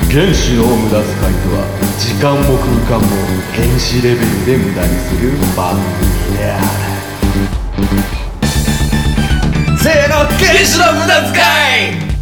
原子の無駄遣いとは時間も空間も原子レベルで無駄にする番組である。せーの、原子の無駄遣い。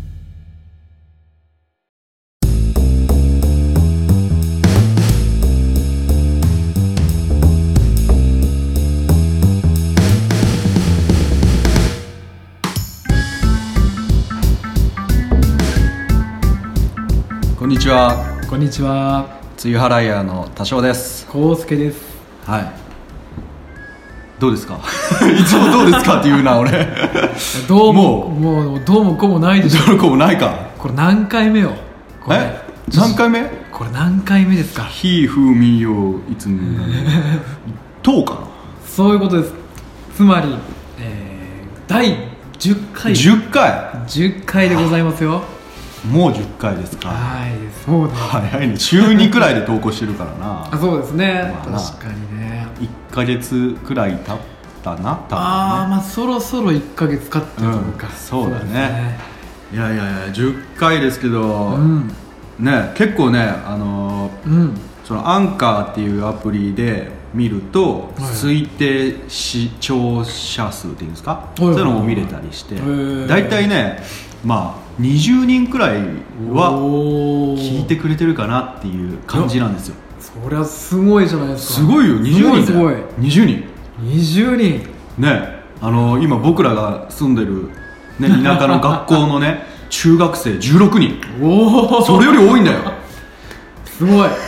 こんにちは。 こんにちは。 梅雨払い屋の多少です。 康介です。 はい。どうですかいつもどうですかって言うな俺どうもどうもこうもないでしょ。 どうもこうもないか。 これ何回目よ。これ何回目？ これ何回目ですか。 ひふみよいつも10かな。 そういうことです。つまり、第10回10回でございますよ。 もう10回ですか。 はい、そうです。 早いね。週2くらいで投稿してるからなあ、そうですね、 まあ、 確かにね。 1ヶ月くらい経ったな、多分ね。 まあそろそろ1ヶ月経ってると思うか、 そうだね。いや10回ですけど、ね、結構ね、そのアンカーっていうアプリで見ると、推定視聴者数っていうんですか、そういうのも見れたりして、だいたいね、まあ20人くらいは聞いてくれてるかなっていう感じなんですよ。 そりゃすごいじゃないですか。 すごいよ。20人すごい。20人ね。今僕らが住んでる、ね、田舎の学校のね中学生16人。それより多いんだよ。 すごい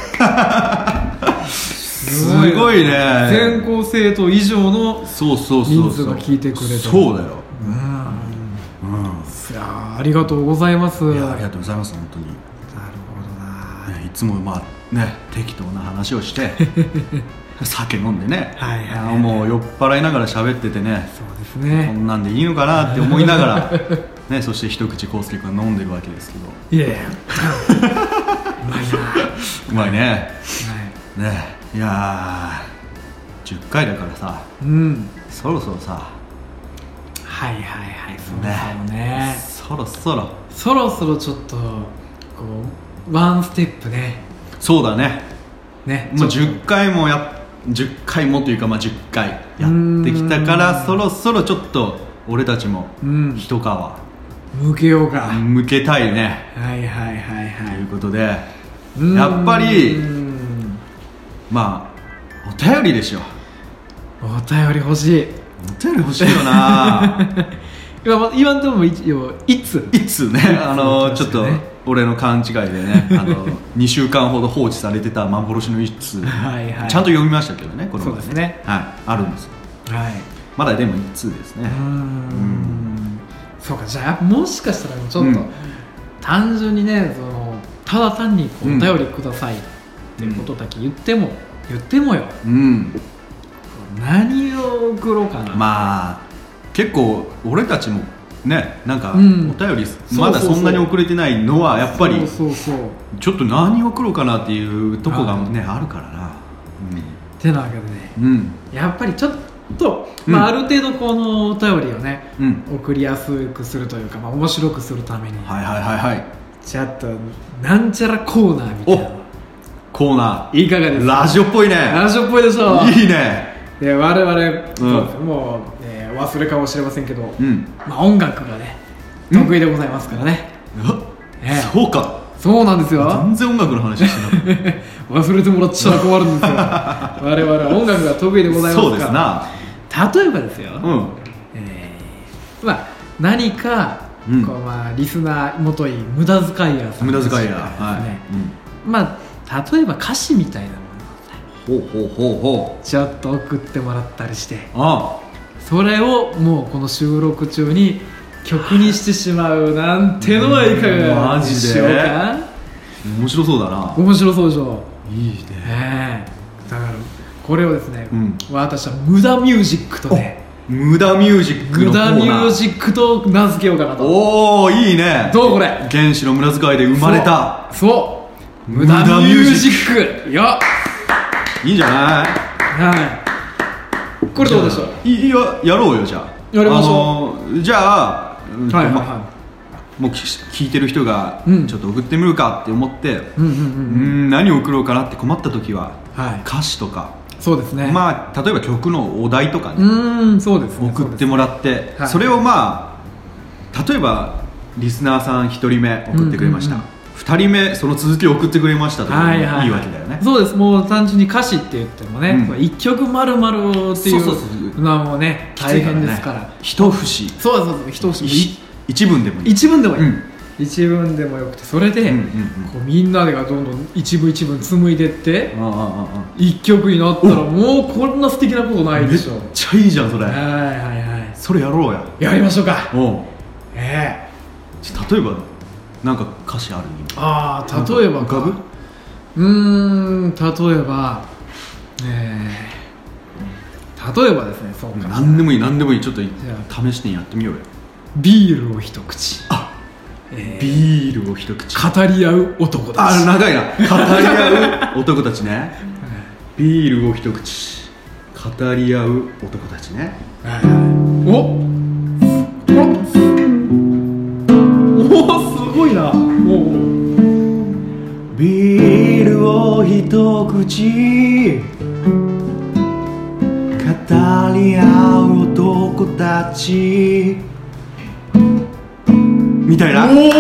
すごいね。 全校生徒以上の人数が聞いてくれてる。 そうだよ。 いやありがとうございます。 いやありがとうございます。本当に。 なるほどな、 いつもまあね適当な話をして酒飲んでね、もう酔っ払いながら喋っててね、 そうですね、 こんなんでいいのかなって思いながらね、そして一口康介君が飲んでるわけですけど、 いやいやうまいな。 うまいね。ね、いや10回だからさ、そろそろさ、そろそろちょっとこうワンステップね。そうだね。もう10回も10回もというか、まあ10回やってきたから、そろそろちょっと俺たちも一皮向けたいね。ということで、やっぱりまあお便りでしょ。 お便り欲しいよな今でも一応いつね、 ちょっと俺の勘違いでね2週間ほど放置されてた幻の一通ちゃんと読みましたけどね、これもですね、あるんですよ。まだでも一通ですね。 そうか、じゃあもしかしたらちょっと単純にね、ただ単にお便りくださいっていうことだけ言ってもよ、何を送ろうかな。 まあ結構俺たちもね、なんかお便りまだそんなに送れてないのはやっぱりちょっと何を送ろうかなっていうとこがねあるからな。 ってなわけでね、やっぱりちょっとある程度このお便りをね送りやすくするというか、面白くするためにちょっとなんちゃらコーナーみたいなコーナー、 いかがですか。 ラジオっぽいね。 ラジオっぽいでしょ。 いいね。 で我々、もう、忘れかもしれませんけど、音楽がね得意でございますからね。 そうか。 そうなんですよ。 全然音楽の話してなかった。 忘れてもらっちゃ困るんですよ我々音楽が得意でございますから。 そうですな。 例えばですよ、何か、リスナー元い無駄遣い屋さん、例えば歌詞みたいなものをちょっと送ってもらったりして、それをもうこの収録中に曲にしてしまうなんてのはいかがでしょうか。 面白そうだな。 面白そうでしょ。 いいね。 だからこれをですね、私は無駄ミュージックとね、 無駄ミュージックのコーナー、 無駄ミュージックと名付けようかなと。 おお、いいね。 どうこれ。 原子の無駄遣いで生まれた。 そう無駄ミュージック。よいいんじゃない。 これどうでしょう。 やろうよ。じゃあやりましょう。じゃあもう聞いてる人がちょっと送ってみるかって思って、何を送ろうかなって困った時は、歌詞とか、 そうですね、 まあ例えば曲のお題とかね、 そうですね、 送ってもらって、それをまあ例えばリスナーさん1人目送ってくれました、2人目その続きを送ってくれましたとかいいわけだよね。 そうです。もう単純に歌詞って言ってもね、1曲丸々っていうのはもうね大変ですから、 一節、 そう一節一文でもいい、 一文でもよくて、それでこうみんながどんどん一部紡いでって1曲になったら、もうこんな素敵なことないでしょ。 めっちゃいいじゃんそれ。それやろうや。 やりましょうか。 例えばなんか歌詞ある？ 例えば浮かぶ？例えばですね、そうか、 何でもいいちょっと試してやってみようよ。 ビールを一口。 ビールを一口。 語り合う男たち。 長いな。語り合う男たちね。ビールを一口。語り合う男たちね。 すごいな。 ビールを一口。語り合う男たちみたいな。どう？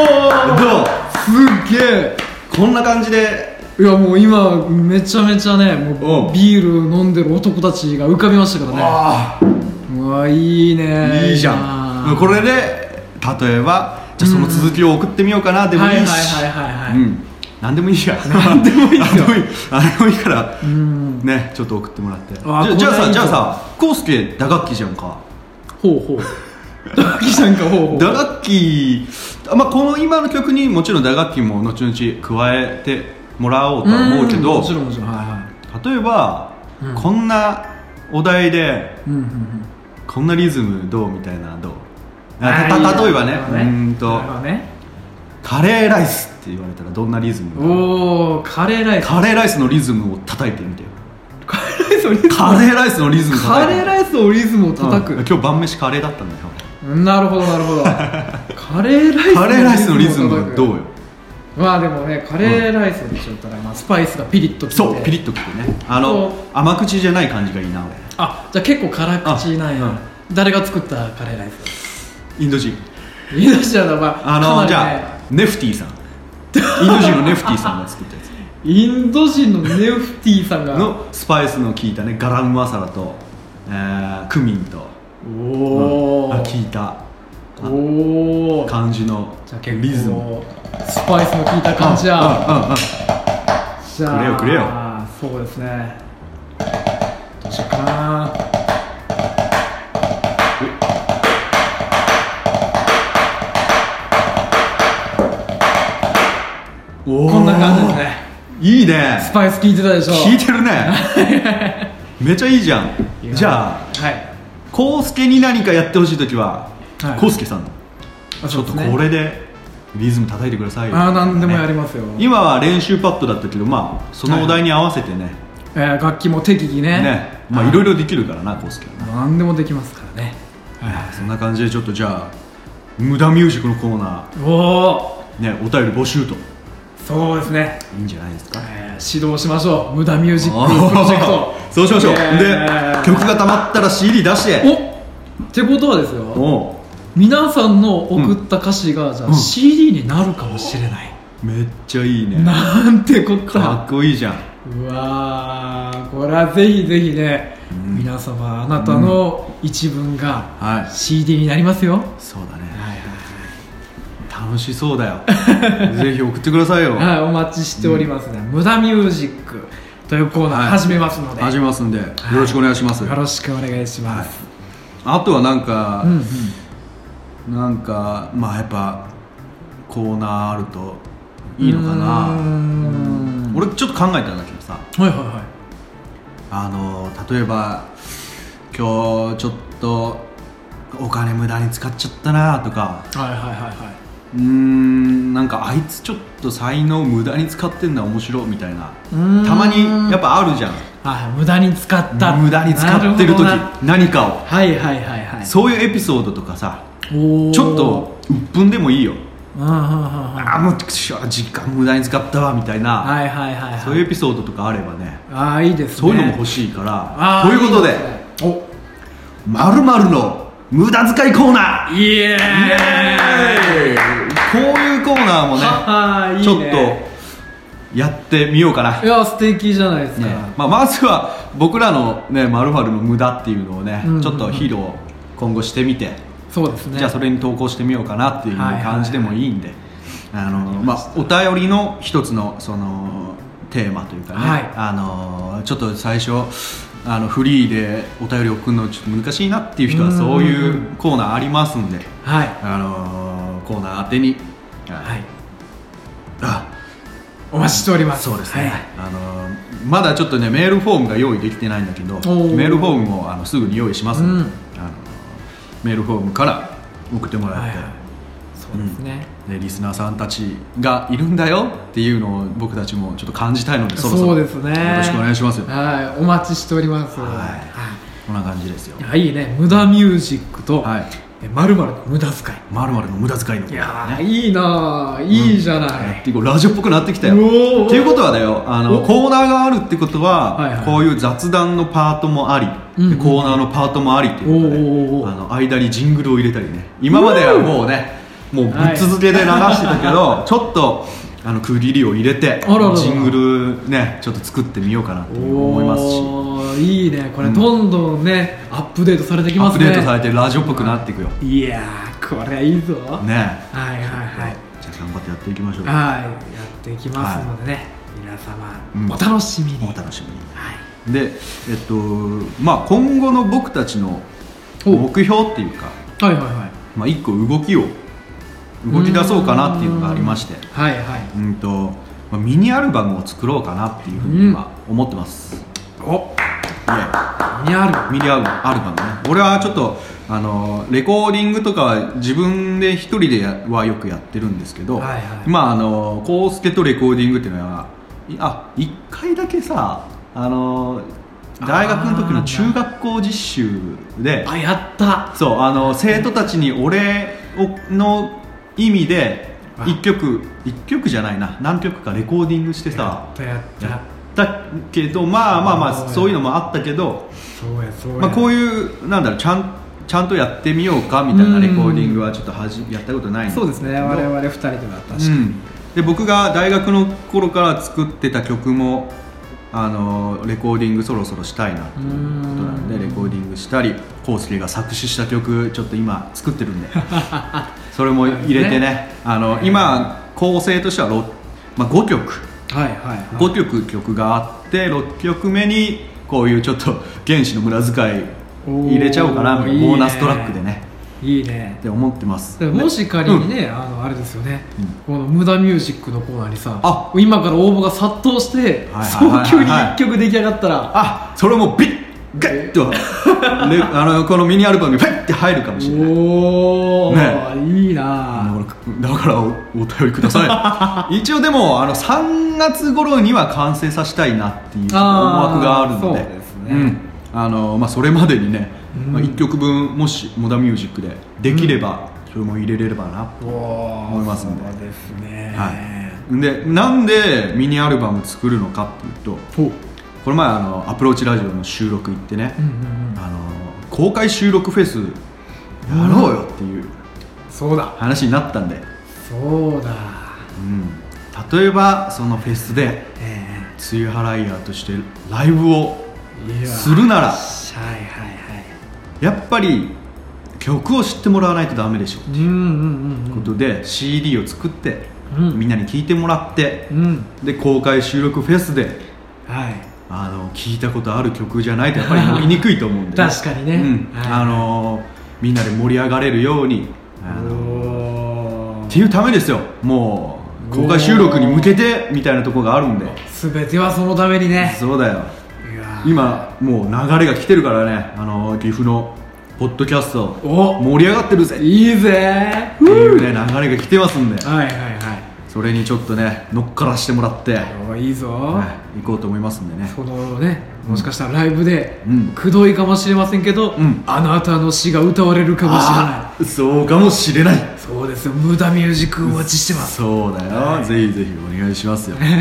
すっげえ。 こんな感じで。 いやもう今めちゃめちゃね、もうビール飲んでる男たちが浮かびましたからね。うわ、いいね。 いいじゃん。これで例えばじゃあその続きを送ってみようかなでもいいし、何でもいいや。 何でもいいよ。 何でもいいからね、ちょっと送ってもらって。じゃあさ、コウスケ打楽器じゃんか。 打楽器じゃんか。 打楽器、まあこの今の曲にもちろん打楽器も後々加えてもらおうとは思うけど、 もちろん例えばこんなお題でこんなリズムどうみたいな、どう？例えばね、カレーライスって言われたらどんなリズム？ カレーライス。 カレーライスのリズムを叩いてみてよ。 カレーライスのリズムを叩く。 今日晩飯カレーだったんだよ。 なるほどカレーライスのリズムどうよ。まあでもね、カレーライスにしちゃったら、スパイスがピリッときて、 そうピリッときてね、甘口じゃない感じがいいな。 じゃあ結構辛口なんや。誰が作ったカレーライス？ インド人だ。 じゃあネフティさん、インド人のネフティさんが作ったやつ。 インド人のネフティさんがのスパイスの効いたね、ガラムマサラと、クミンと効いた感じのリズム、 スパイスの効いた感じや。 じゃあくれよ。 そうですね、どうしようかな。こんな感じですね。 いいね。 スパイス効いてたでしょ。 効いてるね。めちゃいいじゃん。じゃあコウスケに何かやってほしいときはコウスケさんちょっとこれでリズム叩いてくださいよ。 何でもやりますよ。 今は練習パッドだったけど、そのお題に合わせてね、 楽器も適宜ね、 いろいろできるからな、コウスケは。 何でもできますからね。 そんな感じでちょっとじゃあ無駄ミュージックのコーナーお便り募集と。 そうですね、 いいんじゃないですか。 指導しましょう、無駄ミュージックプロジェクト。 そうしましょう。で曲がたまったら CD 出して。 ってことはですよ、皆さんの送った歌詞がじゃあ CD になるかもしれない。 めっちゃいいね。 なんてこった。 かっこいいじゃん。 うわー、これはぜひぜひね、皆様あなたの一文が CD になりますよ。 そうだね。楽しそうだよ。ぜひ送ってくださいよ。 お待ちしておりますね。無駄ミュージックというコーナー始めますので、 よろしくお願いします。 よろしくお願いします。 あとはなんかやっぱコーナーあるといいのかな。俺ちょっと考えたんだけどさ、例えば今日ちょっとお金無駄に使っちゃったなとか、なんかあいつちょっと才能無駄に使ってんだ面白いみたいな、たまにやっぱあるじゃん。 無駄に使った、 無駄に使ってる時何かを、 はい、 そういうエピソードとかさ、 ちょっと鬱憤でもいいよ。もう時間無駄に使ったわみたいな、そういうエピソードとかあればね、 いいですね、 そういうのも欲しいから。ということで、〇〇の無駄遣いコーナー、イエーイ。こういうコーナーもね、ちょっとやってみようかな。 いや素敵じゃないですか、 まずは僕らのね〇〇の無駄っていうのをね、ちょっと披露今後してみて、 そうですね、 じゃあそれに投稿してみようかなっていう感じでもいいんで、お便りの一つのそのテーマというかね、ちょっと最初フリーでお便り送るのちょっと難しいなっていう人はそういうコーナーありますんで、コーナー宛てに、 お待ちしております。 そうですね、まだちょっとねメールフォームが用意できてないんだけど、メールフォームもすぐに用意しますので、メールフォームから送ってもらって、 そうですね、 でリスナーさんたちがいるんだよっていうのを僕たちもちょっと感じたいので、そろそろよろしくお願いしますよ。 お待ちしております。 こんな感じですよ。 いいね、無駄ミュージックと〇〇の無駄遣い、 〇〇の無駄遣いの、 いやいいな、いいじゃない、 っていうラジオっぽくなってきたよ。っていうことはだよ、コーナーがあるってことは、こういう雑談のパートもあり、コーナーのパートもありっていうことで、間にジングルを入れたりね。今まではもうね、もうぶっ続けで流してたけど、ちょっと区切りを入れてジングルねちょっと作ってみようかなと思いますし、 いいね、これどんどんね、アップデートされてきますね。 アップデートされてラジオっぽくなっていくよ。 いやこれいいぞね。 じゃあ頑張ってやっていきましょう。 やっていきますのでね、皆様お楽しみに。 お楽しみに。で今後の僕たちの目標っていうか、一個動き出そうかなっていうのがありまして、ミニアルバムを作ろうかなっていうふうに今思ってます。ミニアルバムね。俺はちょっとレコーディングとかは自分で一人ではよくやってるんですけど、今コウスケとレコーディングっていうのは1回だけさ、大学の時の中学校実習でやった。 そう生徒たちに俺の意味で1曲じゃないな、何曲かレコーディングしてさ、やったけど、そういうのもあったけど、こういうなんだろう、ちゃんとやってみようかみたいなレコーディングはちょっとやったことないんですけど。そうですね、我々2人では確かに、で僕が大学の頃から作ってた曲もレコーディングそろそろしたいなっていうことなんで、レコーディングしたり、コウスケが作詞した曲ちょっと今作ってるんでそれも入れてね、今構成としては5曲、5曲があって、6曲目にこういうちょっと原始の無駄遣い入れちゃおうかな、ボーナストラックでね。 いいねって思ってます。 もし仮にね、あれですよね、この無駄ミュージックのコーナーにさ、今から応募が殺到して早急に1曲出来上がったら、 それもビッガッとこのミニアルバムにフェッて入るかもしれない。 いいな。 だからお便りください一応でも3月頃には完成させたいなっていう思惑があるので、それまでにね、1曲分もしモダミュージックでできれば、それも入れれればなと思いますんで。 そうですね。 でなんでミニアルバム作るのかっていうと、この前アプローチラジオの収録行ってね、公開収録フェスやろうよっていう話になったんで、 そうだ、 例えばそのフェスで梅雨払いヤーとしてライブをするなら、やっぱり曲を知ってもらわないとダメでしょっていうことで CD を作って、みんなに聴いてもらって、で公開収録フェスで、聴いたことある曲じゃないとやっぱり乗りにくいと思うんで、 確かにね、 みんなで盛り上がれるようにっていうためですよ。もう公開収録に向けてみたいなところがあるんで、 全てはそのためにね。 そうだよ。今もう流れが来てるからね、岐阜のポッドキャスト盛り上がってるぜ、 いいぜっていうね流れが来てますんで、 それにちょっとね乗っからしてもらっていいぞ、 行こうと思いますんでね。 そのね、もしかしたらライブでくどいかもしれませんけど、あなたの詩が歌われるかもしれない。 そうかもしれない。 そうですよ、無駄ミュージックお待ちしてます。 そうだよ、ぜひぜひお願いしますよはい、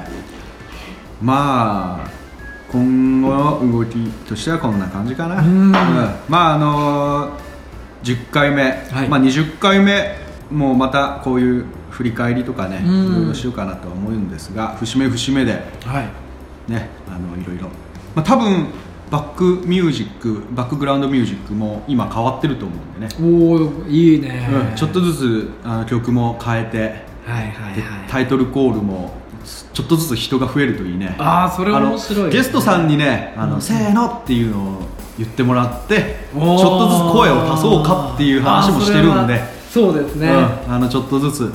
まあ今後の動きとしてはこんな感じかな。まあ10回目、まあ20回目もまたこういう振り返りとかね、いろいろしようかなとは思うんですが、節目節目で、ね、いろいろ、まあ、多分バックミュージック、バックグラウンドミュージックも今変わってると思うんでね。 おお、いいね、 ちょっとずつ曲も変えて、タイトルコールもちょっとずつ人が増えるといいね。 それ面白い。 ゲストさんにね、せーのっていうのを言ってもらって、ちょっとずつ声を足そうかっていう話もしてるんで、 そうですね、 ちょっとずつ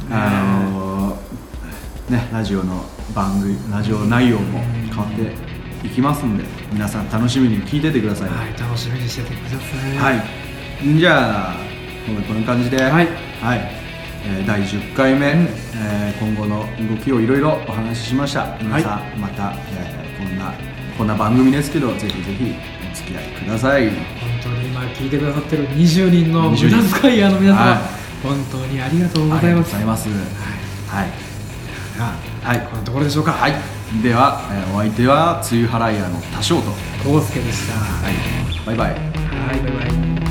ラジオの番組、ラジオ内容も変わっていきますんで、皆さん楽しみに聞いててください。 楽しみにしててください。 じゃあこんな感じで、第10回目、今後の動きをいろいろお話ししました。皆さんまた、こんな番組ですけど、ぜひぜひお付き合いください。 本当に今聞いてくださってる20人の無駄遣い屋の皆様、本当にありがとうございます。このところでしょうか。 では、お相手は梅雨払い屋の多少と康介でした。 バイバイ。 バイバイ。